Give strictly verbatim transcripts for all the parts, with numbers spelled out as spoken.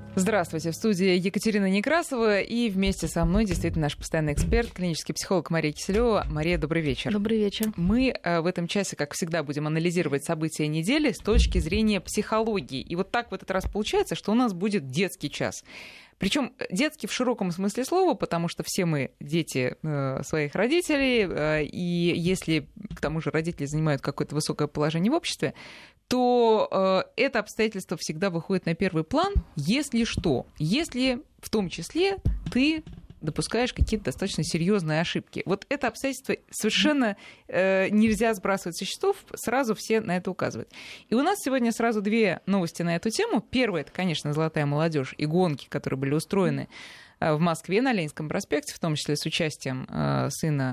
Здравствуйте, в студии Екатерина Некрасова, и вместе со мной действительно наш постоянный эксперт, клинический психолог Мария Киселева. Мария, добрый вечер. Добрый вечер. Мы в этом часе, как всегда, будем анализировать события недели с точки зрения психологии. И вот так в этот раз получается, что у нас будет детский час. Причем детский в широком смысле слова, потому что все мы дети э, своих родителей, э, и если к тому же родители занимают какое-то высокое положение в обществе, то э, это обстоятельство всегда выходит на первый план, если что, если в том числе ты допускаешь какие-то достаточно серьезные ошибки. Вот это обстоятельство совершенно э, нельзя сбрасывать со счетов, сразу все на это указывают. И у нас сегодня сразу две новости на эту тему. Первая — это, конечно, «Золотая молодежь» и гонки, которые были устроены э, в Москве на Ленинском проспекте, в том числе с участием э, сына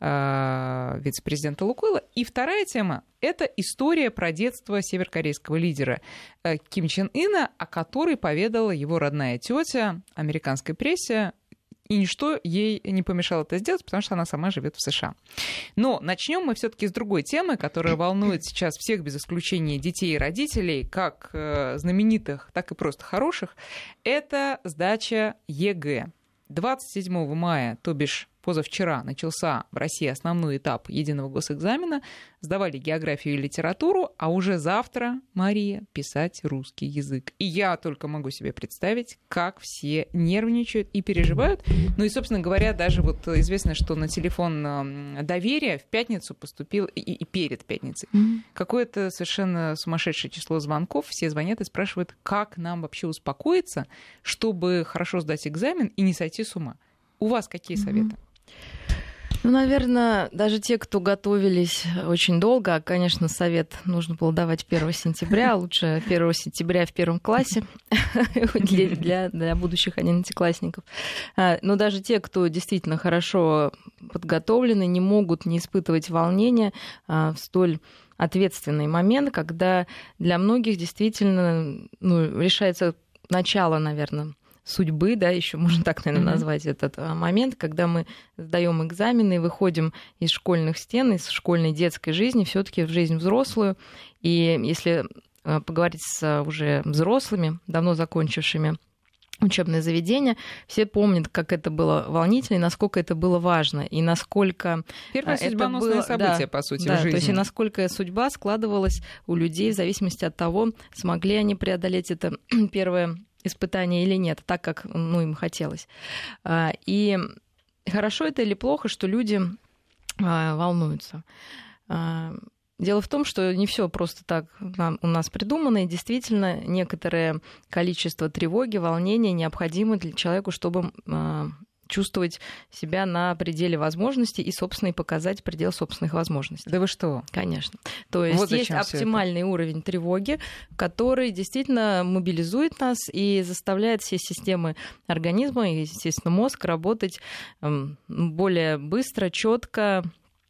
э, вице-президента Лукойла. И вторая тема — это история про детство северокорейского лидера э, Ким Чен Ына, о которой поведала его родная тетя американской прессе. И ничто ей не помешало это сделать, потому что она сама живет в США. Но начнем мы все-таки с другой темы, которая волнует сейчас всех без исключения детей и родителей, как знаменитых, так и просто хороших. Это сдача ЕГЭ. двадцать седьмого мая, то бишь позавчера, начался в России основной этап единого госэкзамена. Сдавали географию и литературу, а уже завтра, Мария, писать русский язык. И я только могу себе представить, как все нервничают и переживают. Ну и, собственно говоря, даже вот известно, что на телефон доверия в пятницу поступил, и, и перед пятницей, mm-hmm. какое-то совершенно сумасшедшее число звонков. Все звонят и спрашивают, как нам вообще успокоиться, чтобы хорошо сдать экзамен и не сойти с ума. У вас какие mm-hmm. советы? Ну, наверное, даже те, кто готовились очень долго, а, конечно, совет нужно было давать первого сентября, лучше первого сентября в первом классе для, для, для будущих одиннадцатиклассников. Но даже те, кто действительно хорошо подготовлены, не могут не испытывать волнения в столь ответственный момент, когда для многих действительно ну, решается начало, наверное, судьбы, да, еще можно так, наверное, назвать mm-hmm. этот момент, когда мы сдаем экзамены и выходим из школьных стен, из школьной детской жизни все-таки в жизнь взрослую. И если поговорить с уже взрослыми, давно закончившими учебное заведение, все помнят, как это было волнительно, и насколько это было важно, и насколько Первое это судьбоносное было событие, да, по сути, да, в жизни. То есть и насколько судьба складывалась у людей в зависимости от того, смогли они преодолеть это первое испытание или нет, так, как ну, им хотелось. И хорошо это или плохо, что люди волнуются. Дело в том, что не все просто так у нас придумано, и действительно некоторое количество тревоги, волнения необходимо для человека, чтобы чувствовать себя на пределе возможностей и, собственно, и показать предел собственных возможностей. Да вы что? Конечно. То есть вот есть оптимальный уровень тревоги, который действительно мобилизует нас и заставляет все системы организма и, естественно, мозг работать более быстро, четко,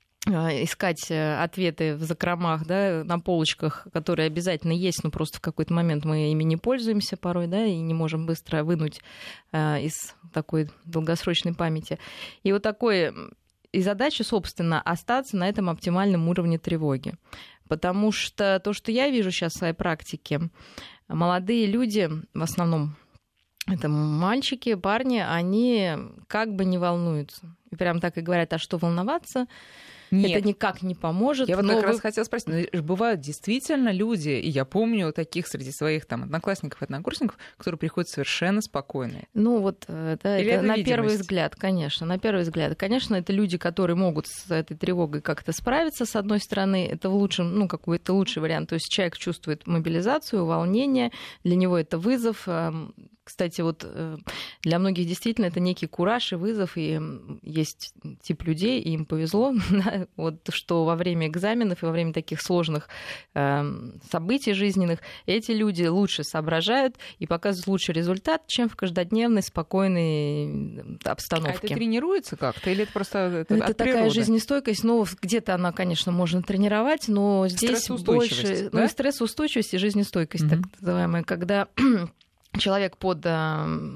искать ответы в закромах, да, на полочках, которые обязательно есть, но просто в какой-то момент мы ими не пользуемся порой, да, и не можем быстро вынуть из такой долгосрочной памяти. И вот такой и задача, собственно, остаться на этом оптимальном уровне тревоги. Потому что то, что я вижу сейчас в своей практике, молодые люди, в основном это мальчики, парни, они как бы не волнуются. И прям так и говорят, а что волноваться? Нет. Это никак не поможет. Я вот но как вы... раз хотела спросить, бывают действительно люди, и я помню таких среди своих там одноклассников и однокурсников, которые приходят совершенно спокойные. Ну вот, да, это это на первый взгляд, конечно, на первый взгляд. Конечно, это люди, которые могут с этой тревогой как-то справиться, с одной стороны, это в лучшем, ну, какой-то лучший вариант. То есть человек чувствует мобилизацию, волнение, для него это вызов. Кстати, вот для многих действительно это некий кураж и вызов, и есть тип людей, и им повезло, вот, что во время экзаменов и во время таких сложных э, событий жизненных эти люди лучше соображают и показывают лучший результат, чем в каждодневной спокойной обстановке. А это тренируется как-то или это просто это, это от такая природы? Жизнестойкость, ну, где-то она, конечно, можно тренировать, но здесь больше... Да? Ну, стрессоустойчивость и жизнестойкость, mm-hmm. так называемая, когда... Человек под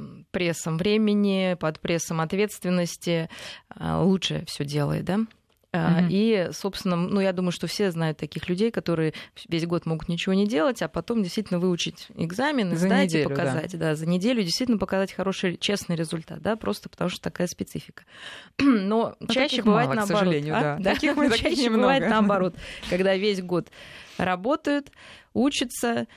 прессом времени, под прессом ответственности лучше все делает, да? Uh-huh. И, собственно, ну, я думаю, что все знают таких людей, которые весь год могут ничего не делать, а потом действительно выучить экзамен, за сдать неделю, и показать. Да. Да, за неделю действительно показать хороший, честный результат, да, просто потому что такая специфика. Но, Но чаще бывает мало, наоборот. К сожалению, а? да. Да? Таких мы чаще немного. Бывает наоборот, когда весь год работают, учатся,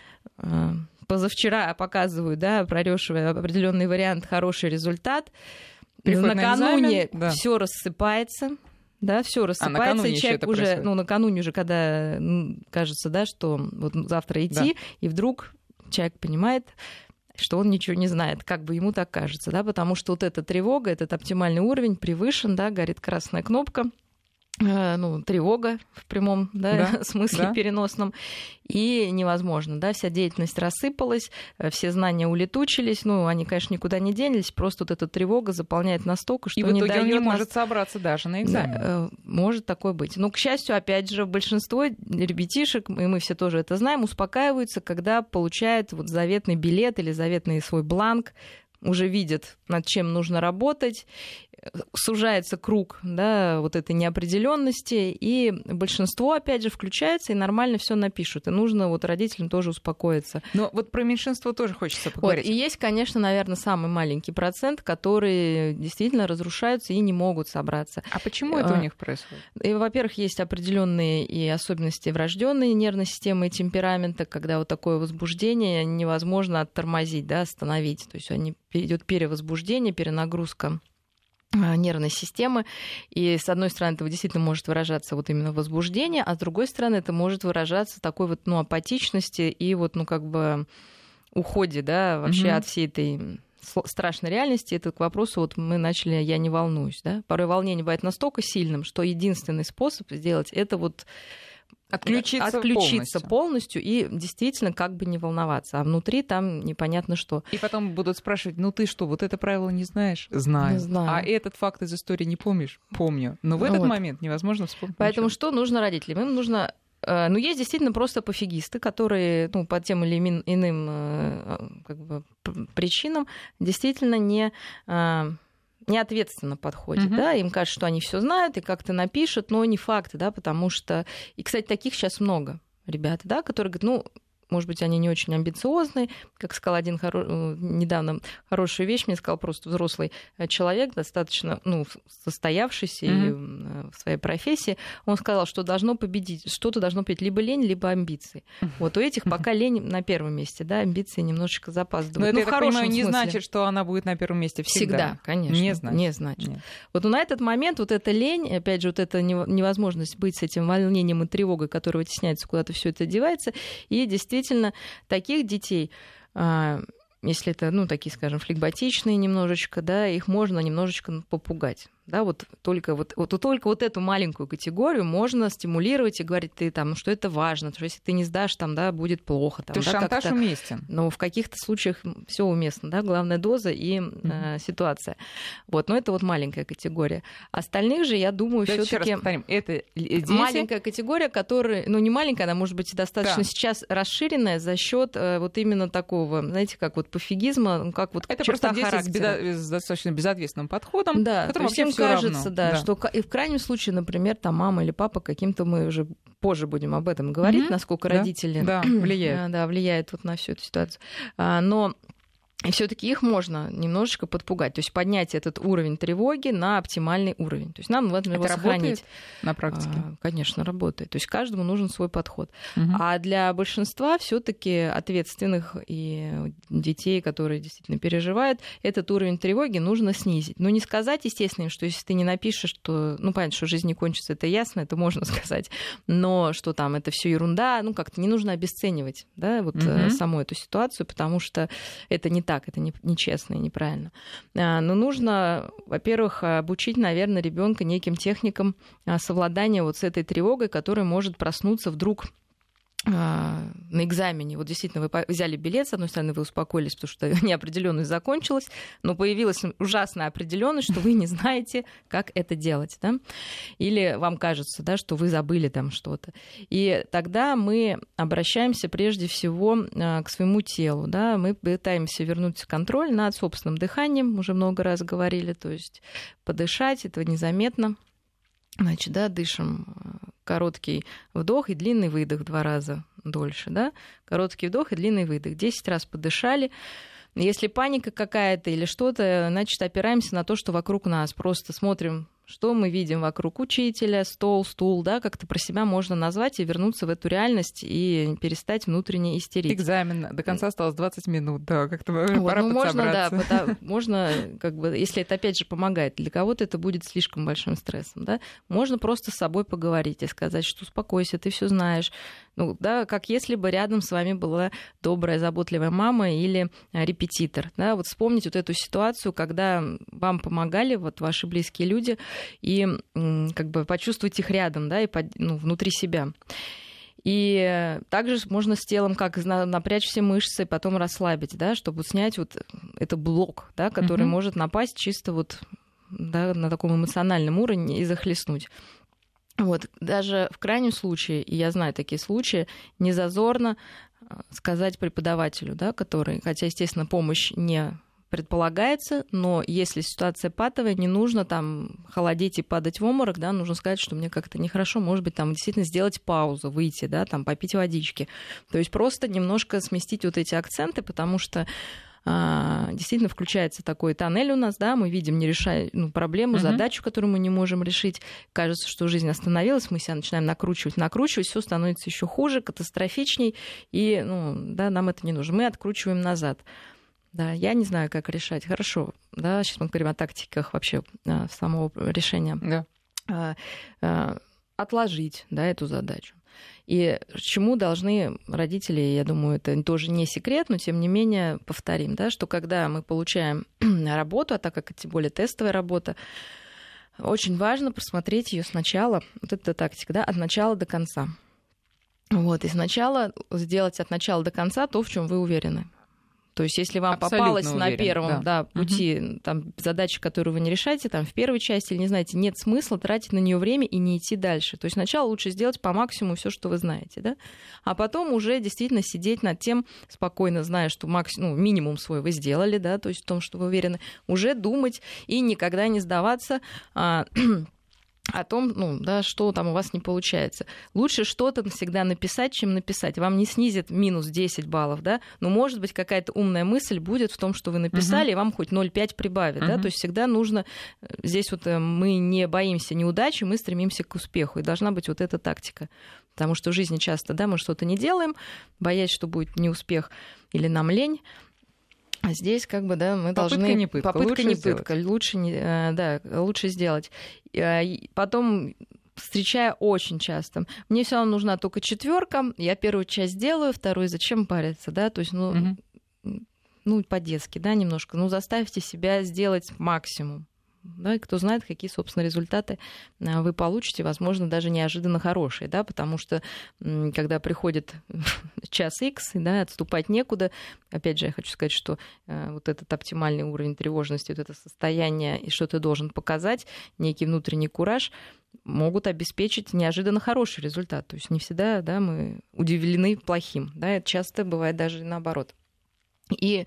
позавчера показывают, да, прорешивая определенный вариант, хороший результат. Приходит накануне на все рассыпается. Да, все рассыпается, а, и человек уже, происходит. ну, накануне уже, когда ну, кажется, да, что вот завтра идти, да. И вдруг человек понимает, что он ничего не знает, как бы ему так кажется, да, потому что вот эта тревога, этот оптимальный уровень превышен, да, горит красная кнопка, э, ну, тревога в прямом, да, да, смысле да. переносном, и невозможно, да, вся деятельность рассыпалась, все знания улетучились, ну, они, конечно, никуда не денялись, просто вот эта тревога заполняет настолько, что и в итоге не даёт он не нас... может собраться даже на экзамен. Да, может такое быть. Но, к счастью, опять же, большинство ребятишек, и мы все тоже это знаем, успокаиваются, когда получают вот заветный билет или заветный свой бланк, уже видят, над чем нужно работать, сужается круг, да, вот этой неопределенности, и большинство, опять же, включается и нормально все напишут. И нужно вот родителям тоже успокоиться. Но вот про меньшинство тоже хочется поговорить. Вот, и есть, конечно, наверное, самый маленький процент, которые действительно разрушаются и не могут собраться. А почему это у них происходит? И, во-первых, есть определенные и особенности врожденной нервной системы и темперамента, когда вот такое возбуждение невозможно оттормозить, да, остановить. То есть они идет перевозбуждение, перенагрузка нервной системы, и с одной стороны это действительно может выражаться вот именно возбуждение, а с другой стороны это может выражаться такой вот, ну, апатичности и вот, ну, как бы уходе, да, вообще mm-hmm. от всей этой страшной реальности. Это к вопросу, вот мы начали «я не волнуюсь», да, порой волнение бывает настолько сильным, что единственный способ сделать это вот Отключиться, отключиться полностью. полностью и действительно как бы не волноваться. А внутри там непонятно что. И потом будут спрашивать, ну ты что, вот это правило не знаешь? Знаю. Не знаю. А этот факт из истории не помнишь? Помню. Но в этот вот. момент невозможно вспомнить. Поэтому ничего. Что нужно родителям? Им нужно... Ну, есть действительно просто пофигисты, которые, ну, по тем или иным как бы, причинам действительно не... неответственно подходит, uh-huh. да, им кажется, что они все знают и как-то напишут, но не факт, да, потому что, и, кстати, таких сейчас много ребят, да, которые говорят, ну, может быть, они не очень амбициозные, как сказал один хоро... недавно хорошую вещь, мне сказал просто взрослый человек, достаточно, ну, состоявшийся mm-hmm. в своей профессии, он сказал, что должно победить, что-то должно победить либо лень, либо амбиции. Mm-hmm. Вот у этих пока лень на первом месте, да, амбиции немножечко запаздывают. Но это, ну, я в так хорошем понимаю, не смысле. значит, что она будет на первом месте всегда. Всегда, конечно. Не значит. Не значит. Нет. Вот на этот момент вот эта лень, опять же, вот эта невозможность быть с этим волнением и тревогой, которая вытесняется, куда-то все это девается, и действительно таких детей, если это, ну, такие, скажем, флегматичные немножечко, да, их можно немножечко попугать. Да, вот только вот, вот только вот эту маленькую категорию можно стимулировать и говорить, ты там, что это важно, что если ты не сдашь, там, да, будет плохо. Там, То есть да, шантаж как-то... уместен. Но в каких-то случаях все уместно, да, главная доза и mm-hmm. э, ситуация. Вот, но это вот маленькая категория. Остальных же, я думаю, все-таки это дети... маленькая категория, которая, ну, не маленькая, она может быть достаточно да. сейчас расширенная за счет э, вот именно такого, знаете, как вот пофигизма, ну, как вот это черта просто дети с, беда... с достаточно безответственным подходом, да, которым всем кажется, да, да, что и в крайнем случае, например, там мама или папа каким-то, мы уже позже будем об этом говорить, mm-hmm. насколько да. родители да, влияют. Да, влияют вот на всю эту ситуацию. Но и все-таки их можно немножечко подпугать, то есть поднять этот уровень тревоги на оптимальный уровень. То есть нам нужно его сохранить. На практике? А, конечно, работает. То есть каждому нужен свой подход. Угу. А для большинства все-таки ответственных и детей, которые действительно переживают, этот уровень тревоги нужно снизить. Ну, не сказать, естественно, им, что если ты не напишешь, то, ну, понятно, что жизнь не кончится, это ясно, это можно сказать, но что там, это все ерунда, ну, как-то не нужно обесценивать, да, вот угу. саму эту ситуацию, потому что это не так, это нечестно и неправильно. Но нужно, во-первых, обучить, наверное, ребенка неким техникам совладания вот с этой тревогой, которая может проснуться вдруг на экзамене. Вот действительно, вы взяли билет, с одной стороны, вы успокоились, потому что неопределенность закончилась, но появилась ужасная определенность, что вы не знаете, как это делать, да? Или вам кажется, да, что вы забыли там что-то. И тогда мы обращаемся прежде всего к своему телу, да? Мы пытаемся вернуть контроль над собственным дыханием, уже много раз говорили, то есть подышать, этого незаметно. Значит, да, дышим короткий вдох и длинный выдох два раза дольше, да, короткий вдох и длинный выдох. десять раз подышали. Если паника какая-то или что-то, значит, опираемся на то, что вокруг нас. Просто смотрим, что мы видим вокруг учителя, стол, стул, да, как-то про себя можно назвать и вернуться в эту реальность и перестать внутренне истерить. Экзамен. До конца осталось двадцать минут, да, как-то вот, пора ну, можно, да, подсобраться. можно, как бы, если это опять же помогает, для кого-то это будет слишком большим стрессом, да, можно просто с собой поговорить и сказать, что успокойся, ты все знаешь. Ну, да, как если бы рядом с вами была добрая, заботливая мама или репетитор. Да? Вот вспомнить вот эту ситуацию, когда вам помогали вот ваши близкие люди, и как бы почувствовать их рядом, да, и ну, внутри себя. И также можно с телом как напрячь все мышцы, потом расслабить, да, чтобы снять вот этот блок, да, который mm-hmm. может напасть чисто вот, да, на таком эмоциональном уровне и захлестнуть. Вот, даже в крайнем случае, и я знаю такие случаи, не зазорно сказать преподавателю, да, который, хотя, естественно, помощь не предполагается, но если ситуация патовая, не нужно там холодеть и падать в обморок, да, нужно сказать, что мне как-то нехорошо, может быть, там действительно сделать паузу, выйти, да, там попить водички. То есть просто немножко сместить вот эти акценты, потому что действительно включается такой тоннель у нас, да, мы видим нерешаемую ну, проблему, uh-huh. задачу, которую мы не можем решить. Кажется, что жизнь остановилась, мы себя начинаем накручивать, накручивать, все становится еще хуже, катастрофичней, и ну, да, нам это не нужно. Мы откручиваем назад. Да, я не знаю, как решать. Хорошо, да, сейчас мы говорим о тактиках вообще самого решения. Yeah. Отложить, да, эту задачу. И чему должны родители, я думаю, это тоже не секрет, но тем не менее повторим, да, что когда мы получаем работу, а так как это тем более тестовая работа, очень важно просмотреть ее сначала, вот эта тактика, да, от начала до конца. Вот, и сначала сделать от начала до конца то, в чем вы уверены. То есть, если вам абсолютно попалась уверен, на первом да. Да, пути угу. там, задача, которую вы не решаете, там, в первой части, или не знаете, нет смысла тратить на нее время и не идти дальше. То есть сначала лучше сделать по максимуму все, что вы знаете, да? А потом уже действительно сидеть над тем, спокойно зная, что максимум, ну, минимум свой вы сделали, да, то есть в том, что вы уверены, уже думать и никогда не сдаваться. А, о том, ну, да, что там у вас не получается. Лучше что-то всегда написать, чем написать. Вам не снизит минус десять баллов, да, но, может быть, какая-то умная мысль будет в том, что вы написали, uh-huh. и вам хоть ноль целых пять прибавит, uh-huh. да, то есть всегда нужно... Здесь вот мы не боимся неудачи, мы стремимся к успеху, и должна быть вот эта тактика. Потому что в жизни часто, да, мы что-то не делаем, боясь, что будет неуспех или нам лень. А здесь как бы, да, мы попытка должны... Не пытка, попытка лучше не сделать. пытка, лучше, не, да, лучше сделать. Потом, встречая очень часто, мне все равно нужна только четверка, я первую часть сделаю, вторую зачем париться, да, то есть, ну, угу. ну по-детски, да, немножко, ну, заставьте себя сделать максимум. Да, и кто знает, какие, собственно, результаты вы получите, возможно, даже неожиданно хорошие, да, потому что когда приходит час икс, да, отступать некуда. Опять же, я хочу сказать, что вот этот оптимальный уровень тревожности, вот это состояние, и что ты должен показать, некий внутренний кураж, могут обеспечить неожиданно хороший результат. То есть не всегда, да, мы удивлены плохим, да, это часто бывает даже наоборот. И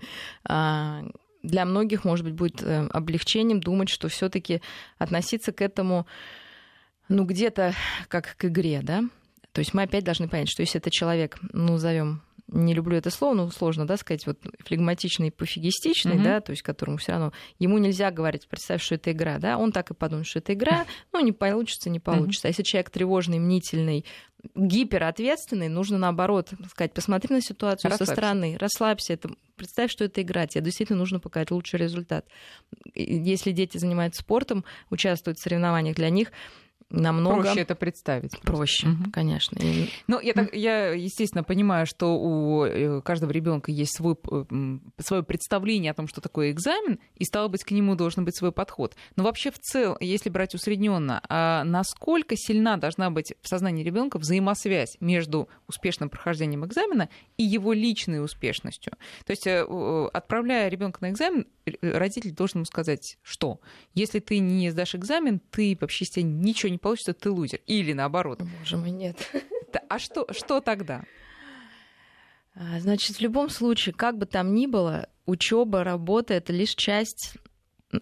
для многих, может быть, будет облегчением думать, что все-таки относиться к этому, ну, где-то как к игре, да. То есть мы опять должны понять, что если это человек, ну, назовем, не люблю это слово, но сложно, да, сказать, вот флегматичный, пофигистичный, mm-hmm. да, то есть которому все равно, ему нельзя говорить, представь, что это игра, да, он так и подумает, что это игра, ну, не получится, не получится. Mm-hmm. А если человек тревожный, мнительный, гиперответственный, нужно, наоборот, сказать, посмотри на ситуацию расслабься. Со стороны, расслабься, это, представь, что это игра, тебе действительно нужно показать лучший результат. Если дети занимаются спортом, участвуют в соревнованиях, для них намного проще это представить. Проще, угу. конечно. Ну, я, так, я, естественно, понимаю, что у каждого ребенка есть свой, свое представление о том, что такое экзамен, и, стало быть, к нему должен быть свой подход. Но вообще в целом, если брать усредненно, а насколько сильна должна быть в сознании ребенка взаимосвязь между успешным прохождением экзамена и его личной успешностью? То есть, отправляя ребенка на экзамен, родитель должен ему сказать, что если ты не сдашь экзамен, ты вообще, если ничего не получится, ты лузер. Или наоборот. Боже мой, нет. А что, что тогда? Значит, в любом случае, как бы там ни было, учеба, работа — это лишь часть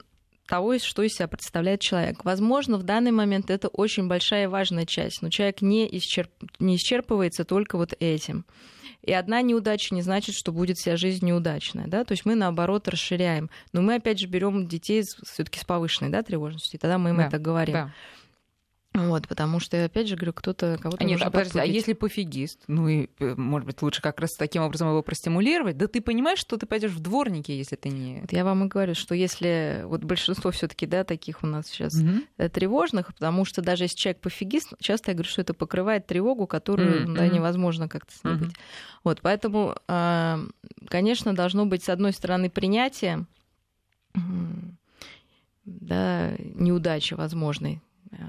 того, что из себя представляет человек. Возможно, в данный момент это очень большая и важная часть, но человек не, исчерп... не исчерпывается только вот этим. И одна неудача не значит, что будет вся жизнь неудачная, да, то есть мы, наоборот, расширяем. Но мы, опять же, берем детей все-таки с повышенной, да, тревожностью, и тогда мы им да, это говорим. Да. Вот, потому что, опять же, говорю, кто-то кого-то Нет, может а, подожди, а если пофигист, ну и, может быть, лучше как раз таким образом его простимулировать, да ты понимаешь, что ты пойдешь в дворники, если ты не... Вот я вам и говорю, что если вот большинство все-таки, да, таких у нас сейчас mm-hmm. тревожных, потому что даже если человек пофигист, часто я говорю, что это покрывает тревогу, которую, mm-hmm. да, невозможно как-то с ней mm-hmm. быть. Вот, поэтому, конечно, должно быть, с одной стороны, принятие, да, неудачи возможной.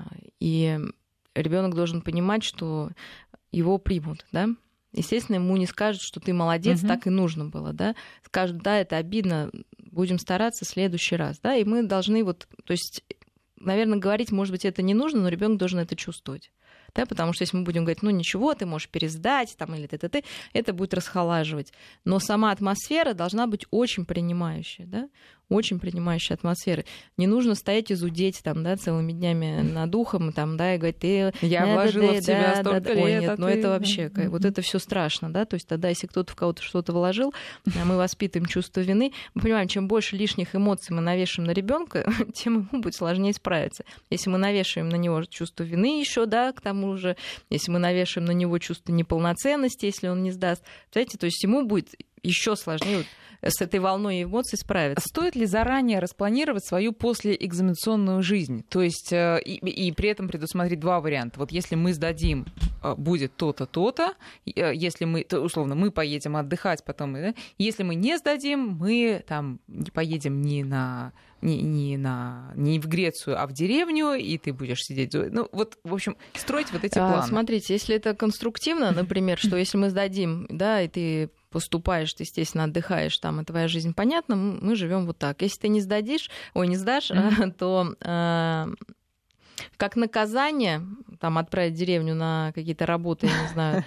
И ребенок должен понимать, что его примут, да. Естественно, ему не скажут, что ты молодец, угу. так и нужно было, да. Скажут, да, это обидно, будем стараться в следующий раз, да. И мы должны вот, то есть, наверное, говорить, может быть, это не нужно, но ребенок должен это чувствовать. Да, потому что если мы будем говорить, ну ничего, ты можешь пересдать, там, или т.т.т., это будет расхолаживать. Но сама атмосфера должна быть очень принимающая, да, очень принимающая атмосфера. Не нужно стоять и зудеть там, да, целыми днями над ухом, там, да, и говорить, ты... Я да, вложила да, в тебя да, столько да, лет, ой, нет, а ну ты... это вообще, mm-hmm. вот это все страшно, да, то есть тогда, если кто-то в кого-то что-то вложил, мы воспитываем чувство вины, мы понимаем, чем больше лишних эмоций мы навешиваем на ребенка, тем ему будет сложнее справиться. Если мы навешиваем на него чувство вины еще, да, к тому же, если мы навешиваем на него чувство неполноценности, если он не сдаст, знаете, то есть ему будет еще сложнее вот с этой волной эмоций справиться. Стоит ли заранее распланировать свою послеэкзаменационную жизнь? То есть и, и при этом предусмотреть два варианта. Вот если мы сдадим, будет то-то, то-то. Если мы, то, условно, мы поедем отдыхать потом. Да? Если мы не сдадим, мы там поедем не на... Не, не, на, не в Грецию, а в деревню, и ты будешь сидеть. Ну, вот, в общем, строить вот эти планы. А, смотрите, если это конструктивно, например, что если мы сдадим, да, и ты поступаешь, ты, естественно, отдыхаешь, там, и твоя жизнь понятна, мы живем вот так. Если ты не сдадишь, ой, не сдашь, mm-hmm. то э, как наказание, там, отправить деревню на какие-то работы, я не знаю.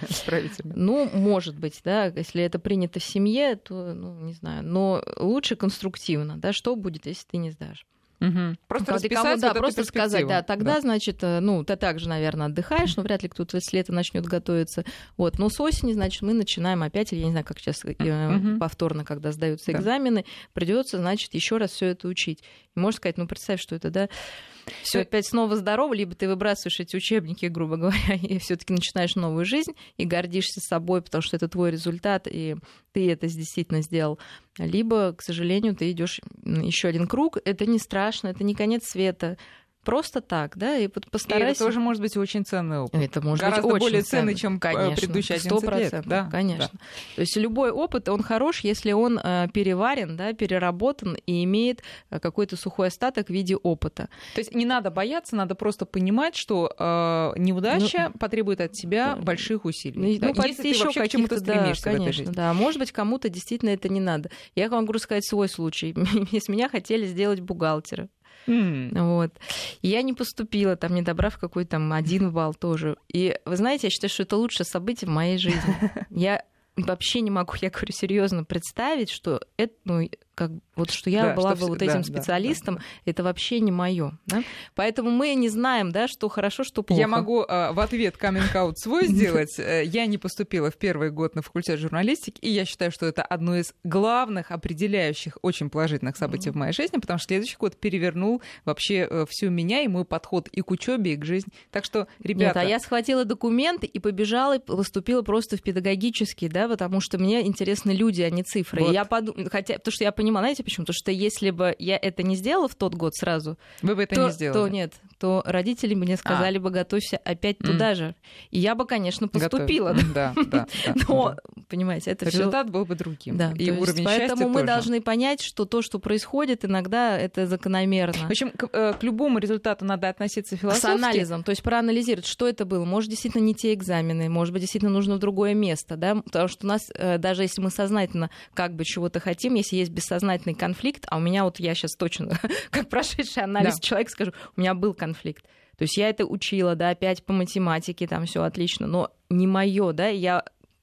Ну, может быть, да, если это принято в семье, то, ну, не знаю, но лучше конструктивно, да, что будет, если ты не сдашь. Угу. Просто расписать, да, вот просто сказать, да, тогда, да. значит, ну, ты также, наверное, отдыхаешь, но вряд ли кто-то с лета начнет готовиться. Вот, но с осени, значит, мы начинаем опять, я не знаю, как сейчас угу. повторно, когда сдаются да. экзамены, придется, значит, еще раз все это учить. И можно сказать, ну, представь, что это, да, все опять снова здорово, либо ты выбрасываешь эти учебники, грубо говоря, и все-таки начинаешь новую жизнь и гордишься собой, потому что это твой результат, и ты это действительно сделал. Либо, к сожалению, ты идешь еще один круг. Это не страшно, это не конец света. Просто так, да, и постарайся. И это тоже может быть очень ценный опыт. Это может Гораздо быть более очень ценный, ценный, чем конечно, предыдущие сто одиннадцать лет. Да, конечно. Да. То есть любой опыт, он хорош, если он переварен, да, переработан и имеет какой-то сухой остаток в виде опыта. То есть не надо бояться, надо просто понимать, что э, неудача ну, потребует от тебя больших усилий. Ну, да, если ты вообще к чему-то стремишься да, в конечно, этой жизни. Да, может быть, кому-то действительно это не надо. Я вам могу сказать свой случай. Из меня хотели сделать бухгалтера. Mm. Вот. И я не поступила, там, не добрав какой-то там один балл тоже. И вы знаете, я считаю, что это лучшее событие в моей жизни. Я вообще не могу, я говорю серьезно, представить, что это, ну, как вот что я да, была что бы вот этим да, специалистом, да, да. это вообще не мое. Да? Поэтому мы не знаем, да, что хорошо, что плохо. Я могу э, в ответ каминг-аут свой сделать. Я не поступила в первый год на факультет журналистики, и я считаю, что это одно из главных, определяющих, очень положительных событий mm-hmm. в моей жизни, потому что следующий год перевернул вообще всю меня и мой подход и к учебе, и к жизни. Так что, ребята... Нет, а я схватила документы и побежала, и поступила просто в педагогический, да, потому что мне интересны люди, а не цифры. Вот. И я подумала, хотя, потому что я понимаю, знаете почему? Потому что если бы я это не сделала в тот год сразу, вы бы это то, не сделали. То нет, то родители мне сказали а. бы, готовься опять mm. туда же. И я бы, конечно, поступила. Готов... Да, да, да. Но, да. понимаете, это результат всё... был бы другим. Да, и уровень есть, счастья поэтому мы тоже. должны понять, что то, что происходит, иногда это закономерно. В общем, к, к любому результату надо относиться философски. С анализом, то есть проанализировать, что это было. Может, действительно не те экзамены, может быть, действительно нужно в другое место, да, потому что у нас, даже если мы сознательно как бы чего-то хотим, если есть бессознательный конфликт, а у меня вот я сейчас точно, как прошедший анализ да. человека скажу, у меня был конфликт. То есть я это учила, да, опять по математике, там все отлично, но не мое, да, я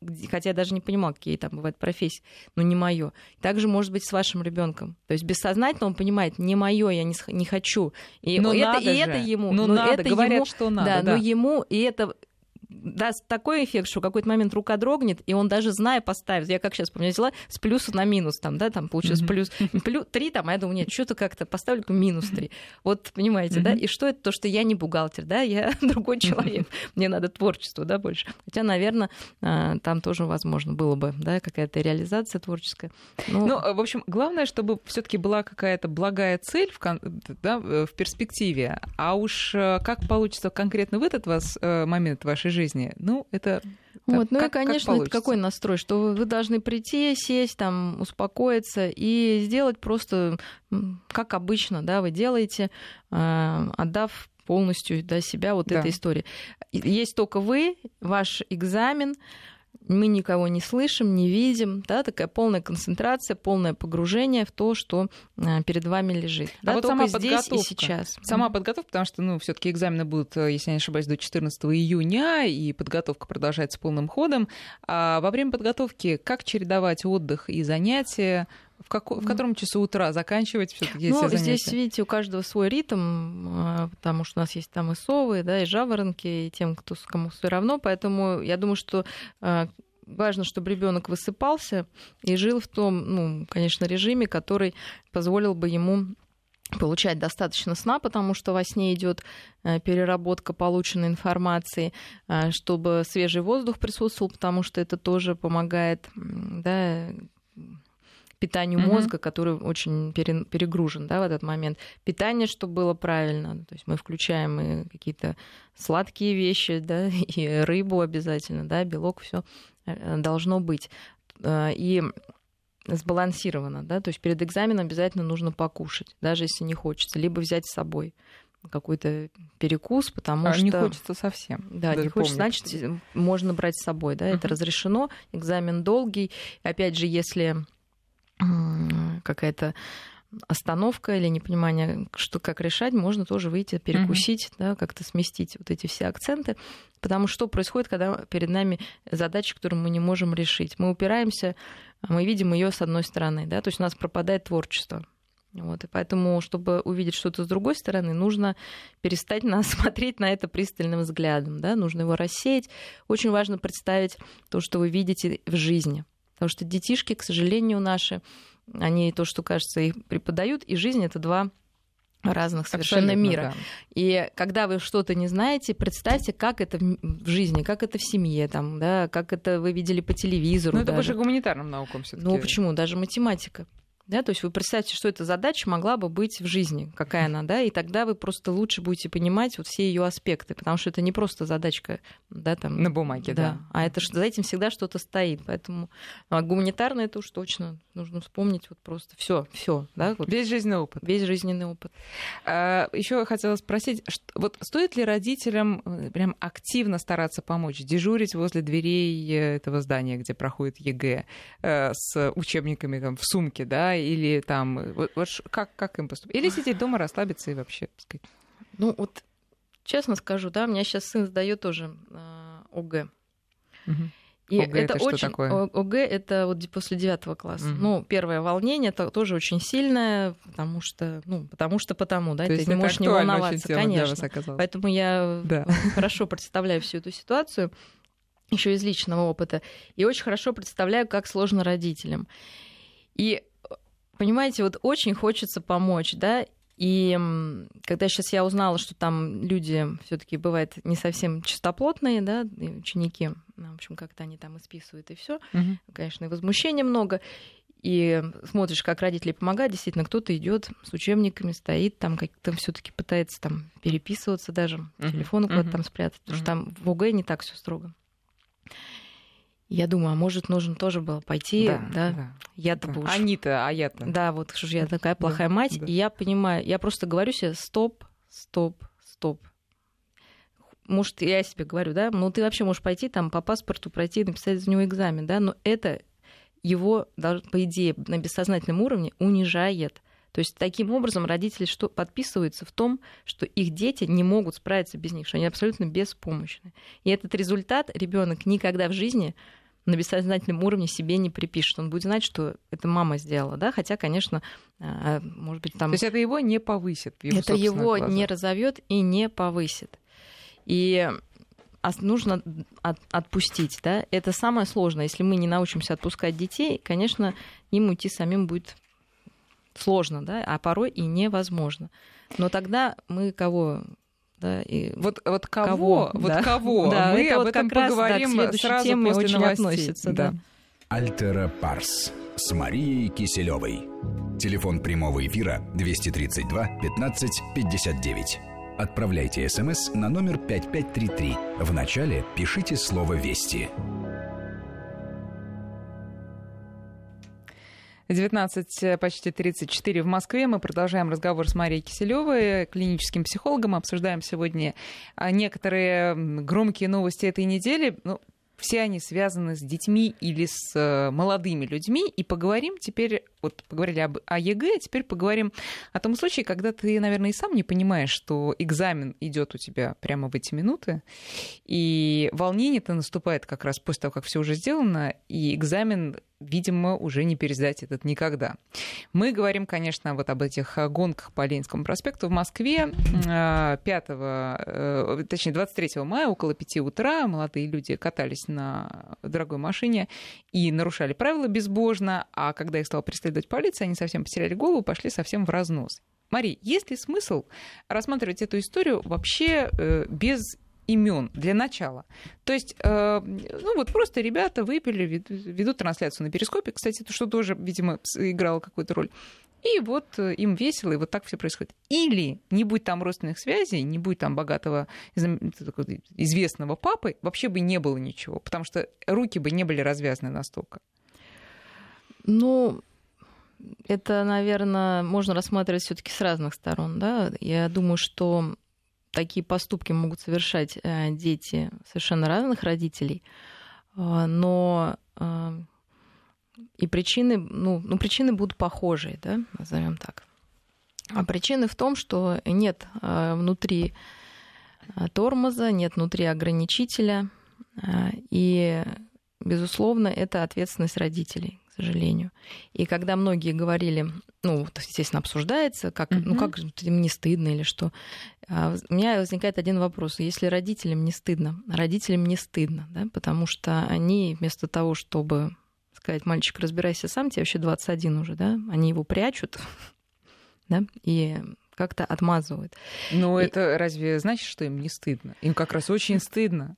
хотя я даже не понимала, какие там бывают профессии, но не мое. Также может быть с вашим ребенком. То есть бессознательно он понимает, не мое, я не, не хочу. И но это, надо и же. это ему. Ну, но надо, это говорят, ему, что надо. Да, да, но ему, и это даст такой эффект, что в какой-то момент рука дрогнет, и он даже зная поставит. Я как сейчас помню, я взяла с плюса на минус, там, да, там получилось mm-hmm. плюс, плюс три, там, а я думаю, нет, что-то как-то поставлю минус три. Вот, понимаете, mm-hmm. да? И что это? То, что я не бухгалтер, да, я другой человек. Mm-hmm. Мне надо творчество, да, больше. Хотя, наверное, там тоже возможно было бы, да, какая-то реализация творческая. Но... Ну, в общем, главное, чтобы все-таки была какая-то благая цель в, кон... да, в перспективе. А уж как получится конкретно в этот вас момент вашей жизни, ну, это... Вот, ну как, и, конечно, как это какой настрой, что вы должны прийти, сесть, там, успокоиться и сделать просто, как обычно, да, вы делаете, отдав полностью, да, себя вот да. этой истории. Есть только вы, ваш экзамен, мы никого не слышим, не видим, да, такая полная концентрация, полное погружение в то, что перед вами лежит. А да, вот только сама здесь и сейчас. Сама mm-hmm. подготовка, потому что, ну, все-таки экзамены будут, если я не ошибаюсь, до четырнадцатого июня, и подготовка продолжается полным ходом. А во время подготовки как чередовать отдых и занятия? В, как... в котором часу утра заканчивать все-таки ну, все занятия? Здесь, видите, у каждого свой ритм, потому что у нас есть там и совы, да, и жаворонки, и тем, кто, кому все равно. Поэтому я думаю, что важно, чтобы ребенок высыпался и жил в том, ну, конечно, режиме, который позволил бы ему получать достаточно сна, потому что во сне идет переработка полученной информации, чтобы свежий воздух присутствовал, потому что это тоже помогает, да, питанию mm-hmm. мозга, который очень перегружен, да, в этот момент. Питание, чтобы было правильно. То есть мы включаем и какие-то сладкие вещи, да, и рыбу обязательно, да, белок, все должно быть. И сбалансировано, да, то есть перед экзаменом обязательно нужно покушать, даже если не хочется, либо взять с собой какой-то перекус, потому а что... не хочется совсем. Да, не хочется, значит, можно брать с собой, да, uh-huh. это разрешено, экзамен долгий. Опять же, если какая-то остановка или непонимание, что, как решать, можно тоже выйти, перекусить, uh-huh. да, как-то сместить вот эти все акценты. Потому что что происходит, когда перед нами задача, которую мы не можем решить? Мы упираемся, мы видим ее с одной стороны, да, то есть у нас пропадает творчество. Вот, и поэтому, чтобы увидеть что-то с другой стороны, нужно перестать на, смотреть на это пристальным взглядом, да, нужно его рассеять. Очень важно представить то, что вы видите в жизни. Потому что детишки, к сожалению, наши, они то, что кажется, их преподают, и жизнь — это два разных совершенно абсолютно, мира. Да. И когда вы что-то не знаете, представьте, как это в жизни, как это в семье, там, да, как это вы видели по телевизору. Ну, это даже. больше гуманитарным наукам всё-таки. Ну, почему? Даже математика. Да, то есть вы представьте, что эта задача могла бы быть в жизни, какая она, да, и тогда вы просто лучше будете понимать вот все ее аспекты, потому что это не просто задачка, да, там... На бумаге, да. да. А это за этим всегда что-то стоит, поэтому а гуманитарно это уж точно нужно вспомнить вот просто все, все, да. Вот. Весь жизненный опыт. Весь жизненный опыт. А, еще хотела спросить, что, вот стоит ли родителям прям активно стараться помочь, дежурить возле дверей этого здания, где проходит ЕГЭ, с учебниками там в сумке, да, или там, вот, вот как, как им поступить? Или сидеть дома, расслабиться и вообще, так сказать. Ну, вот, честно скажу, да, у меня сейчас сын сдаёт тоже э, ОГЭ. Угу. И ОГЭ это, это очень... что такое? ОГЭ — это вот после девятого класса. Угу. Ну, первое волнение, это тоже очень сильное, потому что, ну, потому что потому, да, То ты не можешь не волноваться, конечно. Поэтому я да. хорошо представляю всю эту ситуацию, еще из личного опыта, и очень хорошо представляю, как сложно родителям. И понимаете, вот очень хочется помочь, да, и когда сейчас я узнала, что там люди все-таки бывают не совсем чистоплотные, да, ученики, в общем, как-то они там исписывают и все, угу. конечно, и возмущения много, и смотришь, как родители помогают, действительно, кто-то идет с учебниками, стоит там, как-то все-таки пытается там переписываться даже, угу. телефон куда-то угу. там спрятать, потому угу. что там в ОГЭ не так все строго. Я думаю, а может, нужно тоже было пойти, да, да? да. я-то да. бы уж... Они-то, а я-то... Да, вот что же я такая плохая да, мать, да. и я понимаю, я просто говорю себе, стоп, стоп, стоп. Может, я себе говорю, да, ну ты вообще можешь пойти там по паспорту пройти, написать за него экзамен, да, но это его, по идее, на бессознательном уровне унижает. То есть таким образом родители что подписываются в том, что их дети не могут справиться без них, что они абсолютно беспомощны. И этот результат ребенок никогда в жизни на бессознательном уровне себе не припишет. Он будет знать, что это мама сделала, да, хотя, конечно, может быть, там... То есть это его не повысит в его Это его глазах. не разовьет и не повысит. И нужно от, отпустить, да, это самое сложное. Если мы не научимся отпускать детей, конечно, им уйти самим будет сложно, да, а порой и невозможно. Но тогда мы кого... Да, и вот, вот кого, кого вот да. кого, да, мы это об вот этом как раз, поговорим да, сразу теме после очень новостей. относится, да. Да. Альтера Парс с Марией Киселевой. Телефон прямого эфира двести тридцать два пятнадцать пятьдесят девять. Отправляйте смс на номер пять пять три три. В начале пишите слово «Вести». девятнадцать, почти тридцать четыре в Москве. Мы продолжаем разговор с Марией Киселевой, клиническим психологом. Обсуждаем сегодня некоторые громкие новости этой недели. Ну, все они связаны с детьми или с молодыми людьми. И поговорим теперь, вот поговорили об, о ЕГЭ, теперь поговорим о том случае, когда ты, наверное, и сам не понимаешь, что экзамен идет у тебя прямо в эти минуты. И волнение-то наступает как раз после того, как все уже сделано, и экзамен, видимо, уже не пересдать этот никогда. Мы говорим, конечно, вот об этих гонках по Ленинскому проспекту в Москве. пятого, точнее, двадцать третьего мая около пяти утра молодые люди катались на дорогой машине и нарушали правила безбожно, а когда их стала преследовать полиция, они совсем потеряли голову, пошли совсем в разнос. Мария, есть ли смысл рассматривать эту историю вообще без имен для начала? То есть, э, ну вот просто ребята выпили, ведут трансляцию на Перископе, кстати, что тоже, видимо, играло какую-то роль. И вот им весело, и вот так все происходит. Или не будь там родственных связей, не будь там богатого, известного папы, вообще бы не было ничего, потому что руки бы не были развязаны настолько. Ну, это, наверное, можно рассматривать все-таки с разных сторон, да. Я думаю, что такие поступки могут совершать дети совершенно разных родителей, но и причины, ну, ну, причины будут похожие, да, назовем так. А причины в том, что нет внутри тормоза, нет внутри ограничителя, и, безусловно, это ответственность родителей, к сожалению. И когда многие говорили, ну, вот, естественно, обсуждается, как, mm-hmm. ну, как же им не стыдно или что, у меня возникает один вопрос. Если родителям не стыдно, родителям не стыдно, да, потому что они вместо того, чтобы сказать: мальчик, разбирайся сам, тебе вообще двадцать один уже, да, они его прячут, да, и как-то отмазывают. Но и... это разве значит, что им не стыдно? Им как раз очень стыдно.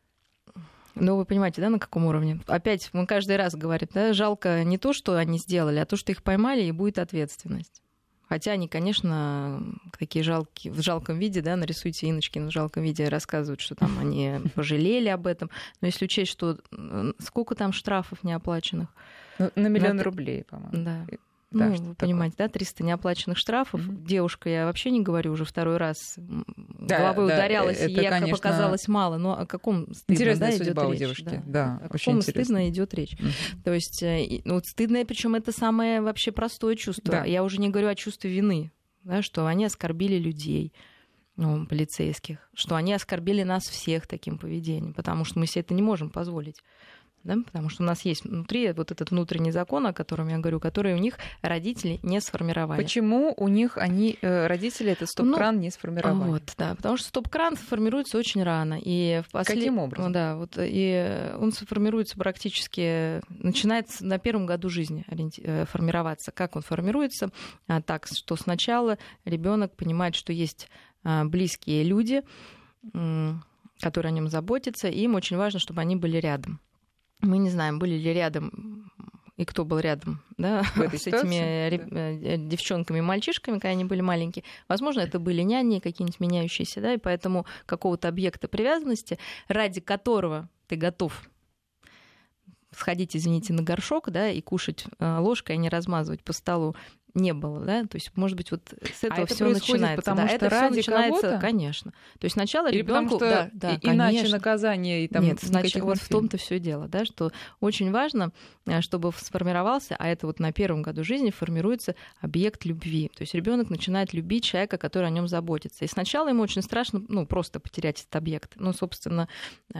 Ну, вы понимаете, да, на каком уровне? Опять мы каждый раз говорим, да, жалко не то, что они сделали, а то, что их поймали, и будет ответственность. Хотя они, конечно, такие жалкие, в жалком виде, да, нарисуйте Инночкина в жалком виде, рассказывают, что там они пожалели об этом. Но если учесть, что сколько там штрафов неоплаченных? Ну, на миллион на... рублей, по-моему. Да. Да, ну, вы такое. Понимаете, да, триста неоплаченных штрафов. Mm-hmm. Девушка, я вообще не говорю, уже второй раз да, головой да, ударялась, и якобы конечно... показалось мало. Но о каком стыдно, интересная да, судьба идёт у речь? девушки. Да. Да, о очень каком интересно. Стыдно идет речь. Mm-hmm. То есть, ну, вот стыдное, причем это самое вообще простое чувство. Да. Я уже не говорю о чувстве вины, да, что они оскорбили людей, ну, полицейских, что они оскорбили нас всех таким поведением, потому что мы себе это не можем позволить. Да? Потому что у нас есть внутри вот этот внутренний закон, о котором я говорю, который у них родители не сформировали. Почему у них они, родители этот стоп-кран ну, не сформировали? Вот, да, потому что стоп-кран формируется очень рано. И в послед... Каким образом? Да, вот, и он формируется практически, начинается на первом году жизни формироваться. Как он формируется? Так, что сначала ребенок понимает, что есть близкие люди, которые о нем заботятся, и им очень важно, чтобы они были рядом. Мы не знаем, были ли рядом и кто был рядом, да, с ситуации? Этими да. девчонками и мальчишками, когда они были маленькие. Возможно, это были няни какие-нибудь меняющиеся, да, и поэтому какого-то объекта привязанности, ради которого ты готов сходить, извините, на горшок, да, и кушать ложкой, а не размазывать по столу, не было, да, то есть, может быть, вот с этого а все происходит, начинается. Потому да, что это ради все начинается, кого-то? Конечно. То есть сначала Или ребенку, потому что да, да, иначе конечно. наказание и там нет, никаких значит, вот в мультфильмов. том-то все дело, да, что очень важно, чтобы сформировался, а это вот на первом году жизни формируется объект любви. То есть ребенок начинает любить человека, который о нем заботится. И сначала ему очень страшно, ну, просто потерять этот объект. Ну, собственно,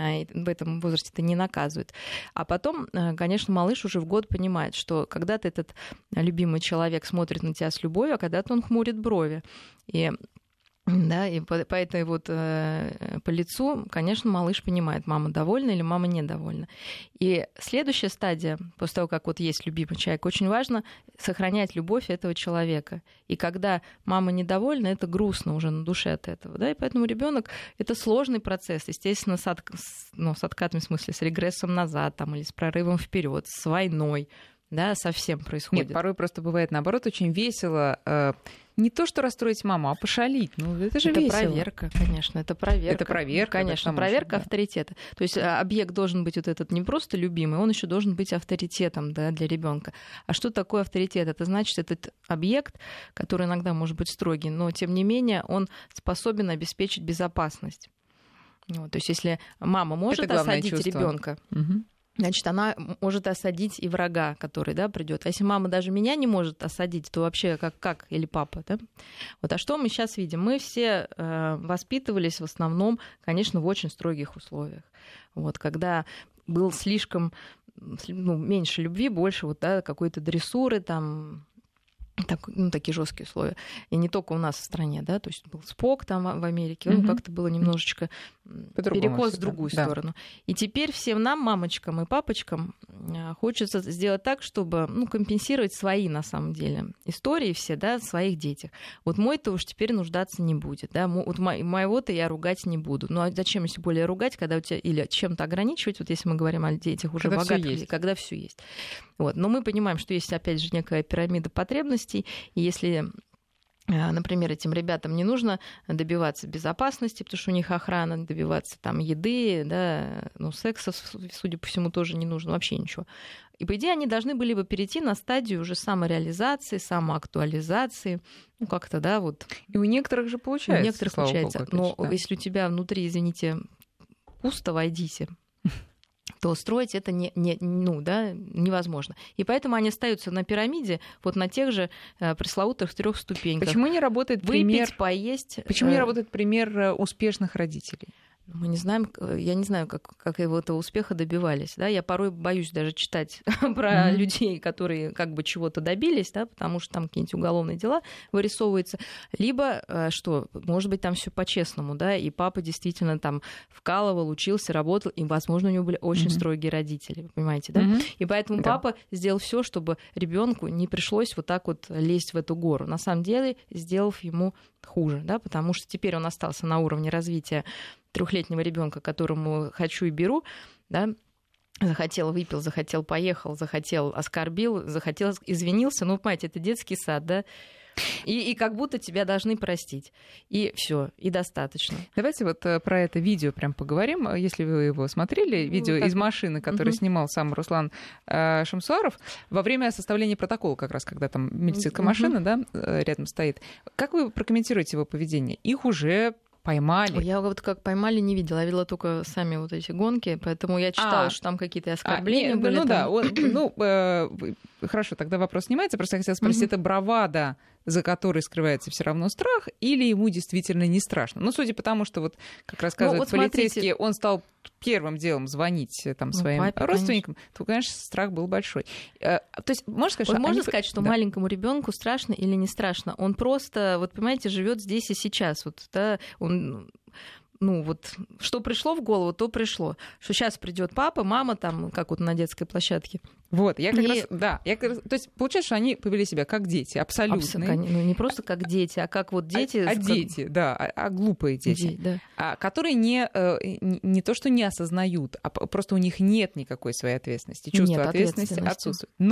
в этом возрасте это не наказывает. А потом, конечно, малыш уже в год понимает, что когда-то этот любимый человек смотрит на тебя с любовью, а когда-то он хмурит брови. И да, и по, по этой вот э, по лицу, конечно, малыш понимает, мама довольна или мама недовольна. И следующая стадия, после того, как вот есть любимый человек, очень важно сохранять любовь этого человека. И когда мама недовольна, это грустно уже на душе от этого, да, и поэтому ребенок это сложный процесс, естественно, с, от, ну, с откатом, в смысле, с регрессом назад там, или с прорывом вперед, с войной. Да, совсем происходит. Нет, порой просто бывает наоборот очень весело. Э, не то, что расстроить маму, а пошалить. Ну, это же это весело. Это проверка, конечно, это проверка. Это проверка. Конечно, проверка да. авторитета. То есть объект должен быть вот этот не просто любимый, он еще должен быть авторитетом, да, для ребенка. А что такое авторитет? Это значит, этот объект, который иногда может быть строгий, но тем не менее он способен обеспечить безопасность. Вот, то есть если мама может осадить ребенка, угу. значит, она может осадить и врага, который, да, придет. А если мама даже меня не может осадить, то вообще как, как или папа, да? Вот, а что мы сейчас видим? Мы все э, воспитывались в основном, конечно, в очень строгих условиях. Вот, когда был слишком, ну, меньше любви, больше вот, да, какой-то дрессуры, там, так, ну, такие жесткие условия. И не только у нас в стране, да, то есть был Спок там в Америке, mm-hmm. ну, как-то было немножечко перекос в другую да. сторону. И теперь всем нам, мамочкам и папочкам, хочется сделать так, чтобы, ну, компенсировать свои, на самом деле, истории все, да, в своих детях. Вот мой-то уж теперь нуждаться не будет, да, вот моего-то я ругать не буду. Ну, а зачем, если более ругать, когда у тебя, или чем-то ограничивать, вот если мы говорим о детях уже когда богатых, всё есть. Когда все есть. Вот. Но мы понимаем, что есть, опять же, некая пирамида потребностей, и если, например, этим ребятам не нужно добиваться безопасности, потому что у них охрана, добиваться там еды, да, ну, секса, судя по всему, тоже не нужно, вообще ничего. И, по идее, они должны были бы перейти на стадию уже самореализации, самоактуализации, ну, как-то, да, вот. И у некоторых же получается, У некоторых слава получается. Богу, Но опять же, да. если у тебя внутри, извините, пусто, войдите, то строить это не, не, ну, да, невозможно. И поэтому они остаются на пирамиде, вот на тех же э, пресловутых трех ступеньках. Почему не работает Выпить, пример... поесть? Почему э... не работает пример успешных родителей? Мы не знаем, я не знаю, как, как его этого успеха добивались. Да? Я порой боюсь даже читать про mm-hmm. людей, которые как бы чего-то добились, да, потому что там какие-нибудь уголовные дела вырисовываются. Либо, что, может быть, там все по-честному, да, и папа действительно там вкалывал, учился, работал, и, возможно, у него были очень mm-hmm. строгие родители, вы понимаете, да? Mm-hmm. И поэтому да. папа сделал все, чтобы ребенку не пришлось вот так вот лезть в эту гору. На самом деле, сделав ему хуже, да, потому что теперь он остался на уровне развития трехлетнего ребенка, которому хочу и беру, да, захотел, выпил, захотел, поехал, захотел, оскорбил, захотел, извинился, ну, понимаете, это детский сад, да, и, и как будто тебя должны простить. И все, и достаточно. Давайте вот про это видео прям поговорим. Если вы его смотрели, видео ну, из машины, которое угу. снимал сам Руслан э, Шамсуаров, во время составления протокола, как раз, когда там милицейская угу. машина, да, рядом стоит. Как вы прокомментируете его поведение? Их уже поймали. Я вот как поймали, не видела. Я видела только сами вот эти гонки, поэтому я читала, а, что там какие-то оскорбления а, были. Ну там. да, он, ну, э, хорошо, тогда вопрос снимается. Просто я хотела спросить, угу. это бравада, за которой скрывается все равно страх, или ему действительно не страшно? Ну, судя по тому, что вот, как рассказывает ну, вот полицейский, смотрите... он стал первым делом звонить там, ну, своим папе, родственникам, конечно. То, конечно, страх был большой. То есть, можно сказать, вот что можно они... сказать, что да. маленькому ребенку страшно или не страшно? Он просто, вот понимаете, живет здесь и сейчас. Вот, да, он... Ну, вот что пришло в голову, то пришло. Что сейчас придет папа, мама, там, как вот на детской площадке. Вот, я как и... раз, да, я как раз, то есть получается, что они повели себя как дети, абсолютно. Абсолютно. Ну, не просто как дети, а как вот дети. А, а как... дети, да, а, а глупые дети, дети да. а, которые не, не, не то, что не осознают, а просто у них нет никакой своей ответственности, чувство нет ответственности, ответственности отсутствует. Но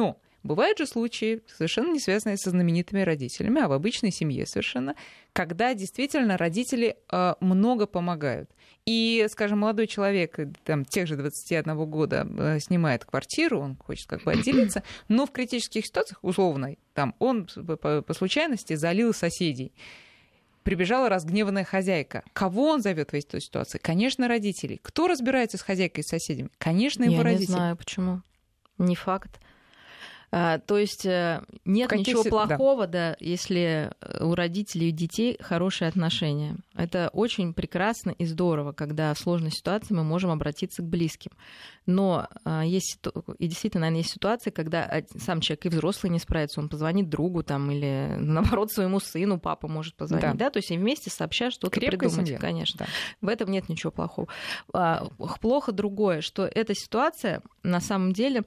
бывают же случаи, совершенно не связанные со знаменитыми родителями, а в обычной семье совершенно, когда действительно родители э, много помогают. И, скажем, молодой человек там, тех же двадцати одного года э, снимает квартиру, он хочет как бы отделиться, но в критических ситуациях, условно, там, он по, по случайности залил соседей. Прибежала разгневанная хозяйка. Кого он зовет в этой ситуации? Конечно, родителей. Кто разбирается с хозяйкой и с соседями? Конечно, его Я родители. Я не знаю, почему. Не факт. А, то есть нет Каких ничего си... плохого, да. да, если у родителей и детей хорошие отношения. Это очень прекрасно и здорово, когда в сложной ситуации мы можем обратиться к близким. Но а, есть и действительно, наверное, есть ситуации, когда сам человек и взрослый не справится, он позвонит другу там, или, наоборот, своему сыну, папа может позвонить. Да. Да? То есть они вместе сообща что-то Крепкая придумать, семья. Конечно. Да. В этом нет ничего плохого. А, плохо другое, что эта ситуация на самом деле...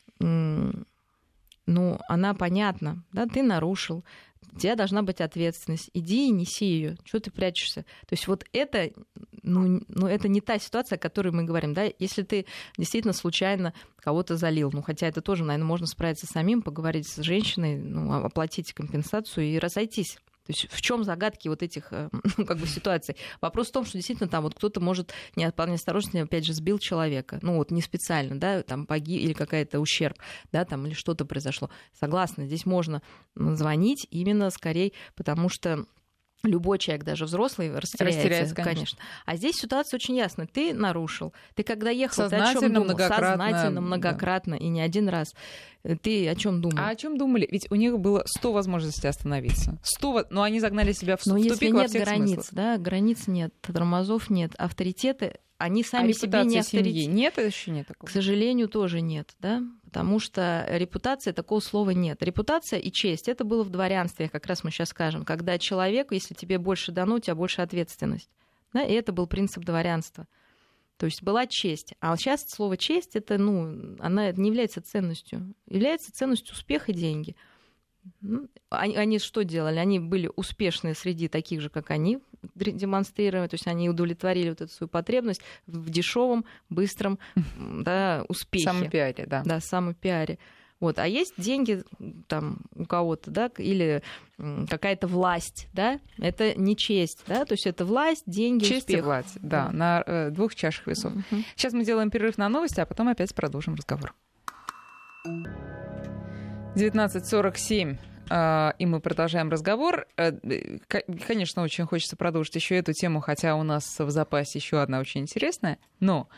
Ну, она понятна, да, ты нарушил, у тебя должна быть ответственность, иди и неси ее, чего ты прячешься. То есть вот это, ну, ну, это не та ситуация, о которой мы говорим, да, если ты действительно случайно кого-то залил, ну, хотя это тоже, наверное, можно справиться самим, поговорить с женщиной, ну, оплатить компенсацию и разойтись. То есть в чем загадки вот этих ну, как бы ситуаций? Вопрос в том, что действительно там вот кто-то может неосторожно, опять же, сбил человека, ну вот не специально, да, там погиб или какая-то ущерб, да, там или что-то произошло. Согласна, здесь можно звонить именно скорее, потому что любой человек, даже взрослый, растеряется, растеряется конечно. конечно. А здесь ситуация очень ясна. Ты нарушил. Ты когда ехал, сознательно, ты о чем думал? многократно, Сознательно, многократно, да. И не один раз. Ты о чем думал? А о чем думали? Ведь у них было сто возможностей остановиться. сто, но они загнали себя в, но в тупик во всех границ, смыслах. Да, границ нет, тормозов нет, авторитеты, они сами а себе не авторитет. Нет ощущения такого? К сожалению, тоже нет, да, потому что репутация, такого слова нет. Репутация и честь, это было в дворянстве, как раз мы сейчас скажем, когда человек, если тебе больше дано, у тебя больше ответственность. Да, и это был принцип дворянства. То есть была честь. А вот сейчас слово честь, это, ну, она не является ценностью. Является ценностью успех и деньги. Они, они что делали? Они были успешны среди таких же, как они, демонстрировали, то есть они удовлетворили вот эту свою потребность в дешевом, быстром да, успехе. Самопиаре, да. Да, самопиаре. Вот. А есть деньги там, у кого-то, да, или какая-то власть, да, это не честь, да, то есть это власть, деньги, честь успех. И власть, да, да. на э, двух чашах весов. Uh-huh. Сейчас мы делаем перерыв на новости, а потом опять продолжим разговор. девятнадцать сорок семь, и мы продолжаем разговор. Конечно, очень хочется продолжить еще эту тему, хотя у нас в запасе еще одна очень интересная. Но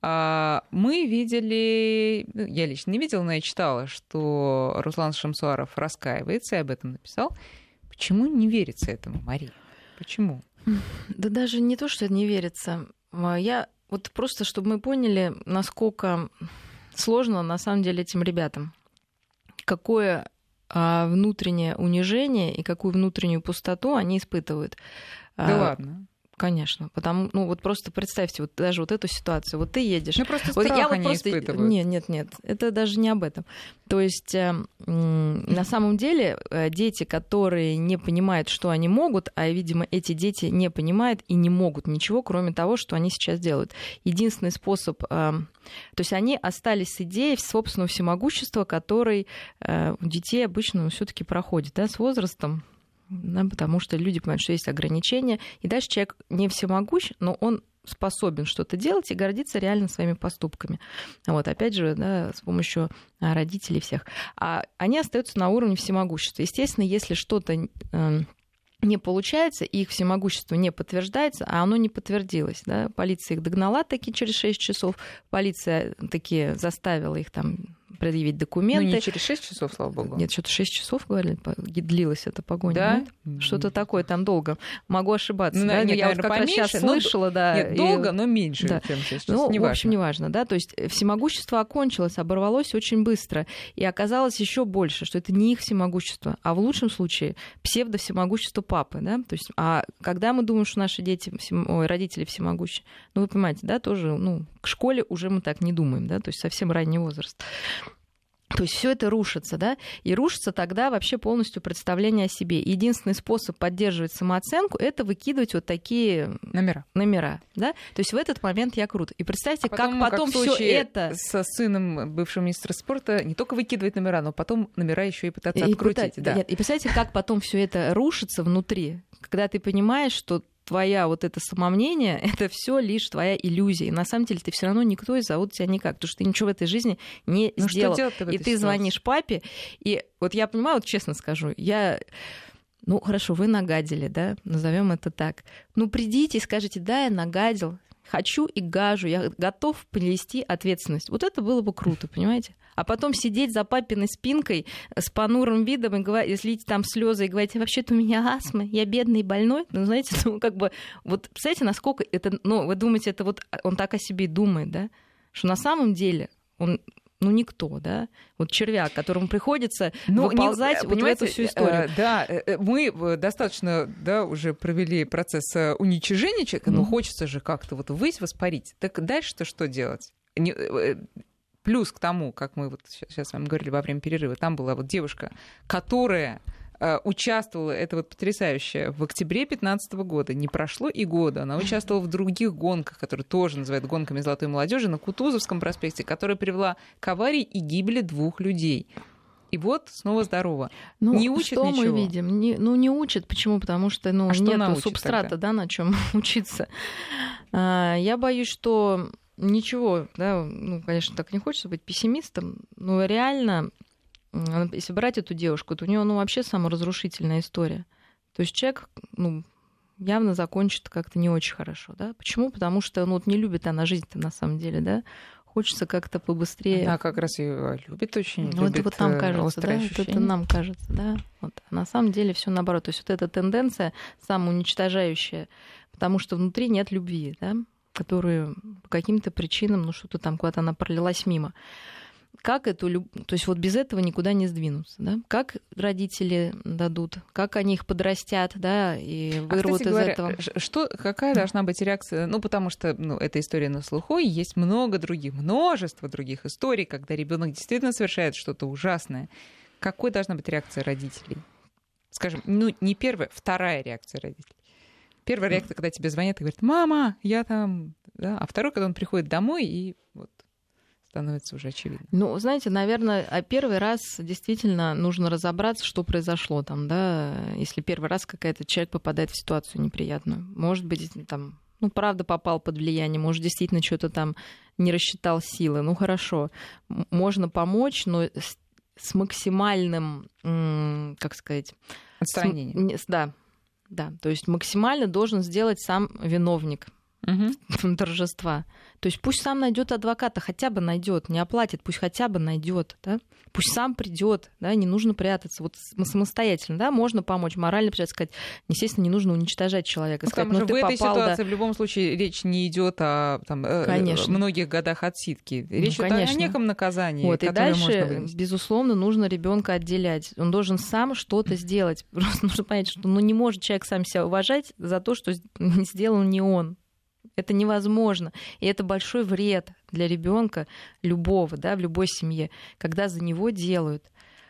мы видели, я лично не видела, но я читала, что Руслан Шамсуаров раскаивается и об этом написал. Почему не верится этому, Мария? Почему? Да даже не то, что не верится. Я вот просто, чтобы мы поняли, насколько сложно на самом деле этим ребятам. Какое а, внутреннее унижение и какую внутреннюю пустоту они испытывают. Да а, ладно. Конечно, потому, ну вот просто представьте, вот даже вот эту ситуацию, вот ты едешь. Ну просто вот страх я они вот просто... испытывают. Нет, нет, нет, это даже не об этом. То есть э, на самом деле э, дети, которые не понимают, что они могут, а, видимо, эти дети не понимают и не могут ничего, кроме того, что они сейчас делают. Единственный способ... Э, то есть они остались с идеей собственного всемогущества, который э, у детей обычно все-таки проходит, да, с возрастом. Да, потому что люди понимают, что есть ограничения, и дальше человек не всемогущ, но он способен что-то делать и гордиться реально своими поступками. Вот, опять же, да, с помощью родителей всех. А они остаются на уровне всемогущества. Естественно, если что-то не получается, их всемогущество не подтверждается, а оно не подтвердилось. Да? Полиция их догнала таки через шесть часов, полиция таки заставила их там предъявить документы. Ну, не через шесть часов, слава богу. Нет, что-то шесть часов, говорили, длилась эта погоня. Да? Нет? Что-то такое там долго. Могу ошибаться. Ну, да? нет, Я наверное, вот как поменьше, раз сейчас но... слышала, да. Нет, и... долго, но меньше, да. чем шесть часов. Ну, не в общем, важно. неважно, да. То есть всемогущество окончилось, оборвалось очень быстро. И оказалось еще больше, что это не их всемогущество, а в лучшем случае псевдо-всемогущество папы, да. То есть, а когда мы думаем, что наши дети, ой, родители всемогущие, ну, вы понимаете, да, тоже, ну, к школе уже мы так не думаем, да, то есть совсем ранний возраст. То есть все это рушится, да, и рушится тогда вообще полностью представление о себе. Единственный способ поддерживать самооценку — это выкидывать вот такие номера, номера, да. То есть в этот момент я круто. И представьте, а потом, как потом как все это со сыном бывшего министра спорта не только выкидывать номера, но потом номера еще и пытаться и открутить. Пытать, да. Нет, и представьте, как потом все это рушится внутри, когда ты понимаешь, что твоя вот это самомнение, это все лишь твоя иллюзия. И на самом деле ты все равно никто, и зовут тебя никак, потому что ты ничего в этой жизни не ну, сделал. Что делать-то в этой и ты ситуации? Звонишь папе, и вот я понимаю, вот честно скажу, я... Ну, хорошо, вы нагадили, да, назовем это так. Ну, придите и скажите, да, я нагадил, хочу и гажу, я готов понести ответственность. Вот это было бы круто, понимаете? А потом сидеть за папиной спинкой с понурым видом и говорить, лить там слезы и говорить, вообще-то у меня астма, я бедный и больной. Ну, знаете, ну, как бы, вот, представляете, насколько это, ну, вы думаете, это вот он так о себе и думает, да? Что на самом деле он, ну, никто, да? Вот червяк, которому приходится ну, выползать не, вот в эту всю историю. Э, да, мы достаточно, да, уже провели процесс уничижения человека, mm-hmm. но хочется же как-то вот ввысь воспарить. Так дальше-то что делать? Не, плюс к тому, как мы вот сейчас с вами говорили во время перерыва, там была вот девушка, которая э, участвовала, это вот потрясающе, в октябре две тысячи пятнадцатого года, не прошло и года, она участвовала в других гонках, которые тоже называют гонками золотой молодежи на Кутузовском проспекте, которая привела к аварии и гибели двух людей. И вот снова здорово. Ну, не учат что ничего. Мы видим? Не, ну, не учат. Почему? Потому что ну, а нет субстрата, тогда? Да, на чем учиться. А, я боюсь, что ничего, да, ну, конечно, так не хочется быть пессимистом, но реально, если брать эту девушку, то у нее ну, вообще саморазрушительная история. То есть человек ну, явно закончит как-то не очень хорошо. Да? Почему? Потому что ну, вот не любит она жизнь-то на самом деле, да? Хочется как-то побыстрее. Она как раз ее любит очень. Ну, любит это вот нам кажется, да? Вот это нам кажется, да. Вот. А на самом деле все наоборот. То есть вот эта тенденция самоуничтожающая, потому что внутри нет любви, да, которую по каким-то причинам, ну что-то там куда-то она пролилась мимо. Как эту любовь, то есть вот без этого никуда не сдвинуться, да? Как родители дадут, как они их подрастят, да, и вырвут а, из говоря, этого. Что, какая должна быть реакция? Ну, потому что ну, эта история на слуху, и есть много других, множество других историй, когда ребенок действительно совершает что-то ужасное. Какой должна быть реакция родителей? Скажем, ну, не первая, вторая реакция родителей. Первая реакция, когда тебе звонят и говорят, мама, я там... Да? А второй, когда он приходит домой и вот становится уже очевидно. Ну, знаете, наверное, а первый раз действительно нужно разобраться, что произошло там, да, если первый раз какой-то человек попадает в ситуацию неприятную. Может быть, там, ну, правда, попал под влияние, может, действительно что-то там не рассчитал силы. Ну, хорошо, можно помочь, но с, с максимальным, как сказать... Отстранением. С, да, да, то есть максимально должен сделать сам виновник угу. торжества. То есть пусть сам найдет адвоката, хотя бы найдет, не оплатит, пусть хотя бы найдет, да? Пусть сам придет, да, не нужно прятаться, вот самостоятельно, да, можно помочь, морально придется сказать, естественно, не нужно уничтожать человека. Ну, сказать, потому ну, что ты в этой попал, ситуации да... в любом случае речь не идет о там, многих годах отсидки, речь ну, идет о неком наказании, вот, которое и дальше, можно вынести. Безусловно, нужно ребенка отделять, он должен сам что-то сделать, просто нужно понять, что ну, не может человек сам себя уважать за то, что сделал не он. Это невозможно. И это большой вред для ребенка любого, да, в любой семье, когда за него делают.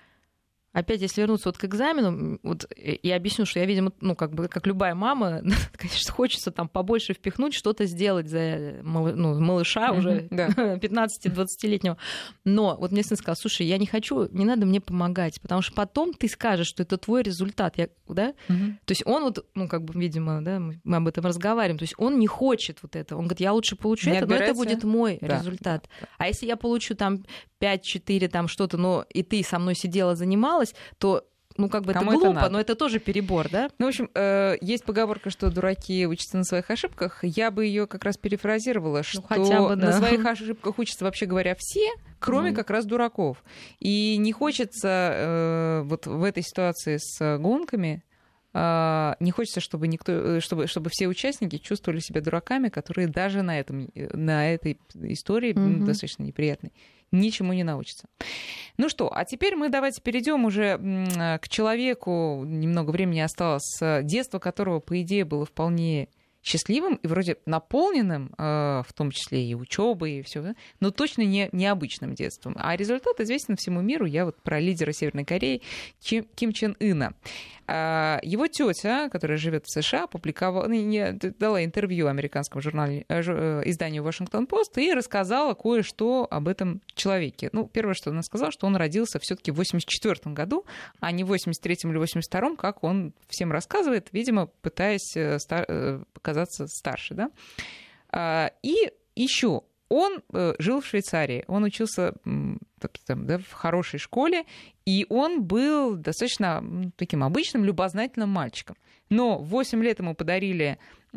Опять, если вернуться вот к экзамену, вот я объясню, что я, видимо, ну, как бы, как любая мама, конечно, хочется там побольше впихнуть, что-то сделать за ну, малыша уже пятнадцати-двадцатилетнего. Но вот мне сын сказал, слушай, я не хочу, не надо мне помогать, потому что потом ты скажешь, что это твой результат, я, да? То есть он вот, ну, как бы, видимо, да, мы об этом разговариваем, то есть он не хочет вот этого. Он говорит, я лучше получу это, но это будет мой результат. А если я получу там пять-четыре, там что-то, но и ты со мной сидела, занималась, то, ну, как бы Кому это глупо, это но это тоже перебор, да? Ну, в общем, э, есть поговорка, что дураки учатся на своих ошибках. Я бы ее как раз перефразировала, ну, что хотя бы, да. на своих ошибках учатся, вообще говоря, все, кроме mm. как раз дураков. И не хочется э, вот в этой ситуации с гонками, э, не хочется, чтобы, никто, чтобы, чтобы все участники чувствовали себя дураками, которые даже на, этом, на этой истории mm-hmm. достаточно неприятной ничему не научится. Ну что, а теперь мы давайте перейдем уже к человеку, немного времени осталось, детство которого, по идее, было вполне счастливым и вроде наполненным, в том числе и учебой, и все, но точно не необычным детством. А результат известен всему миру. Я вот про лидера Северной Кореи Ким, Ким Чен Ына. Его тетя, которая живет в США, опубликовала, дала интервью американскому журнале, изданию Вашингтон-Пост и рассказала кое-что об этом человеке. Ну, первое, что она сказала, что он родился все-таки в восемьдесят четвёртом году, а не в восемьдесят третьем или восемьдесят втором, как он всем рассказывает, видимо, пытаясь показаться старше. Да? И еще он жил в Швейцарии, он учился там, да, в хорошей школе, и он был достаточно таким обычным, любознательным мальчиком. Но в восемь лет ему подарили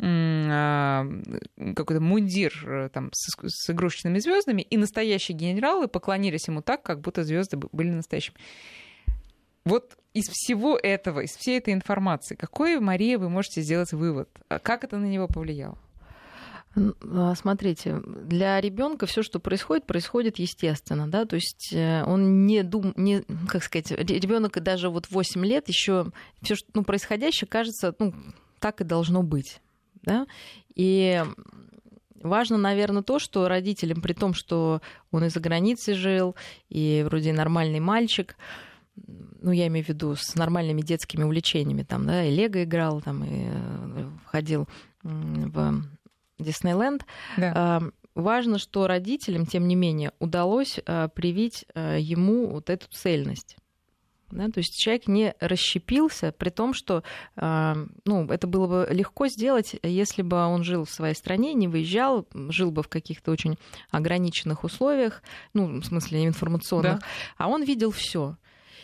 какой-то мундир там, с, с игрушечными звездами, и настоящие генералы поклонились ему так, как будто звезды были настоящими. Вот из всего этого, из всей этой информации, какой, Мария, вы можете сделать вывод? Как это на него повлияло? Смотрите, для ребенка все, что происходит, происходит естественно, да, то есть он не дум, не, как сказать, ребенок даже вот восемь лет еще все, что ну, происходящее кажется, ну, так и должно быть, да, и важно, наверное, то, что родителям, при том, что он и за границей жил, и вроде нормальный мальчик, ну, я имею в виду с нормальными детскими увлечениями, там, да, и лего играл, там, и ходил в Диснейленд. Да. Важно, что родителям, тем не менее, удалось привить ему вот эту цельность. Да, то есть человек не расщепился, при том, что ну, это было бы легко сделать, если бы он жил в своей стране, не выезжал, жил бы в каких-то очень ограниченных условиях, ну, в смысле информационных, да. А он видел все.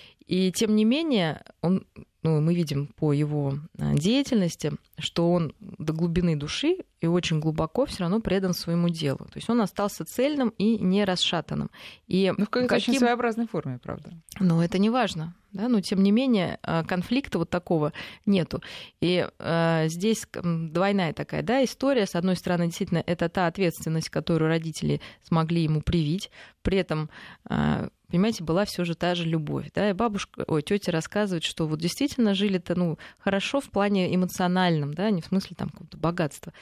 И тем не менее, он, ну, мы видим по его деятельности, что он до глубины души и очень глубоко все равно предан своему делу. То есть он остался цельным и не расшатанным. И ну, в какой-то каким... очень своеобразной форме, правда. Но это не важно. Да? Но тем не менее конфликта вот такого нету. И э, здесь двойная такая, да, история. С одной стороны, действительно, это та ответственность, которую родители смогли ему привить. При этом э, понимаете, была все же та же любовь. Да? И бабушка, ой, тетя рассказывает, что вот действительно жили-то ну, хорошо в плане эмоциональном, да, не в смысле там какого-то богатства.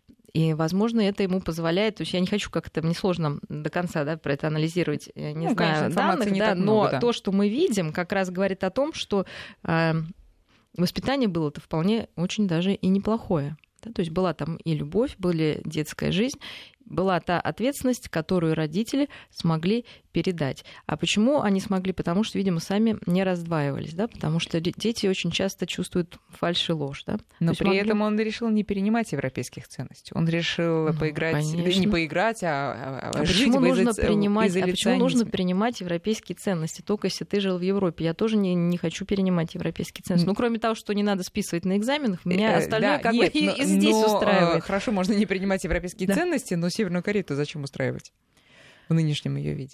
И, возможно, это ему позволяет, то есть я не хочу как-то, мне сложно до конца да, про это анализировать, я не ну, знаю, конечно, данных, да, но много, да. То, что мы видим, как раз говорит о том, что э, воспитание было-то вполне очень даже и неплохое. Да? То есть была там и любовь, была детская жизнь, была та ответственность, которую родители смогли передать. А почему они смогли? Потому что, видимо, сами не раздваивались, да? Потому что дети очень часто чувствуют фальшь и ложь. Да? Но при могли... этом он решил не перенимать европейских ценностей. Он решил ну, поиграть, конечно. Не поиграть, а, а, а жить почему в нужно принимать, А почему нужно принимать европейские ценности? Только если ты жил в Европе. Я тоже не, не хочу перенимать европейские ценности. Ну, кроме того, что не надо списывать на экзаменах, меня остальное да, как нет, бы но, и здесь но, устраивает. Хорошо, можно не принимать европейские да. ценности, но Северную Корею-то зачем устраивать в нынешнем ее виде?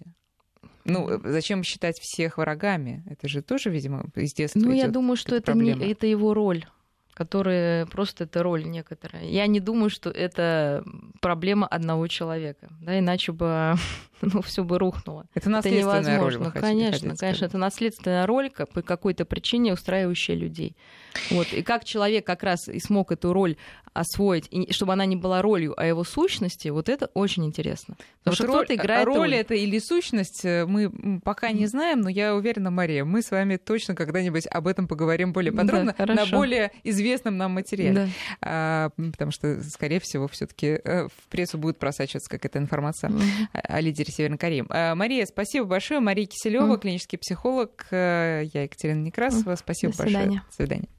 Ну, зачем считать всех врагами? Это же тоже, видимо, из детства Ну, идёт я думаю, что это, не, это его роль, которая просто это роль некоторая. Я не думаю, что это проблема одного человека, да, иначе бы ну, все бы рухнуло. Это наследственная это невозможно. роль, вы конечно, хотите, конечно, сказать. Это наследственная роль по какой-то причине, устраивающая людей. Вот. И как человек как раз и смог эту роль освоить, и чтобы она не была ролью, а его сущности, вот это очень интересно. Потому вот что роль, кто-то играет роль, роль это или сущность, мы пока не знаем, но я уверена, Мария, мы с вами точно когда-нибудь об этом поговорим более подробно, да, на более известном нам материале. Да. А, потому что, скорее всего, все-таки в прессу будет просачиваться какая-то информация mm-hmm. о лидере Северной Кореи. А, Мария, спасибо большое. Мария Киселева, mm-hmm. клинический психолог. Я Екатерина Некрасова. Mm-hmm. Спасибо До большое. Свидания. До свидания.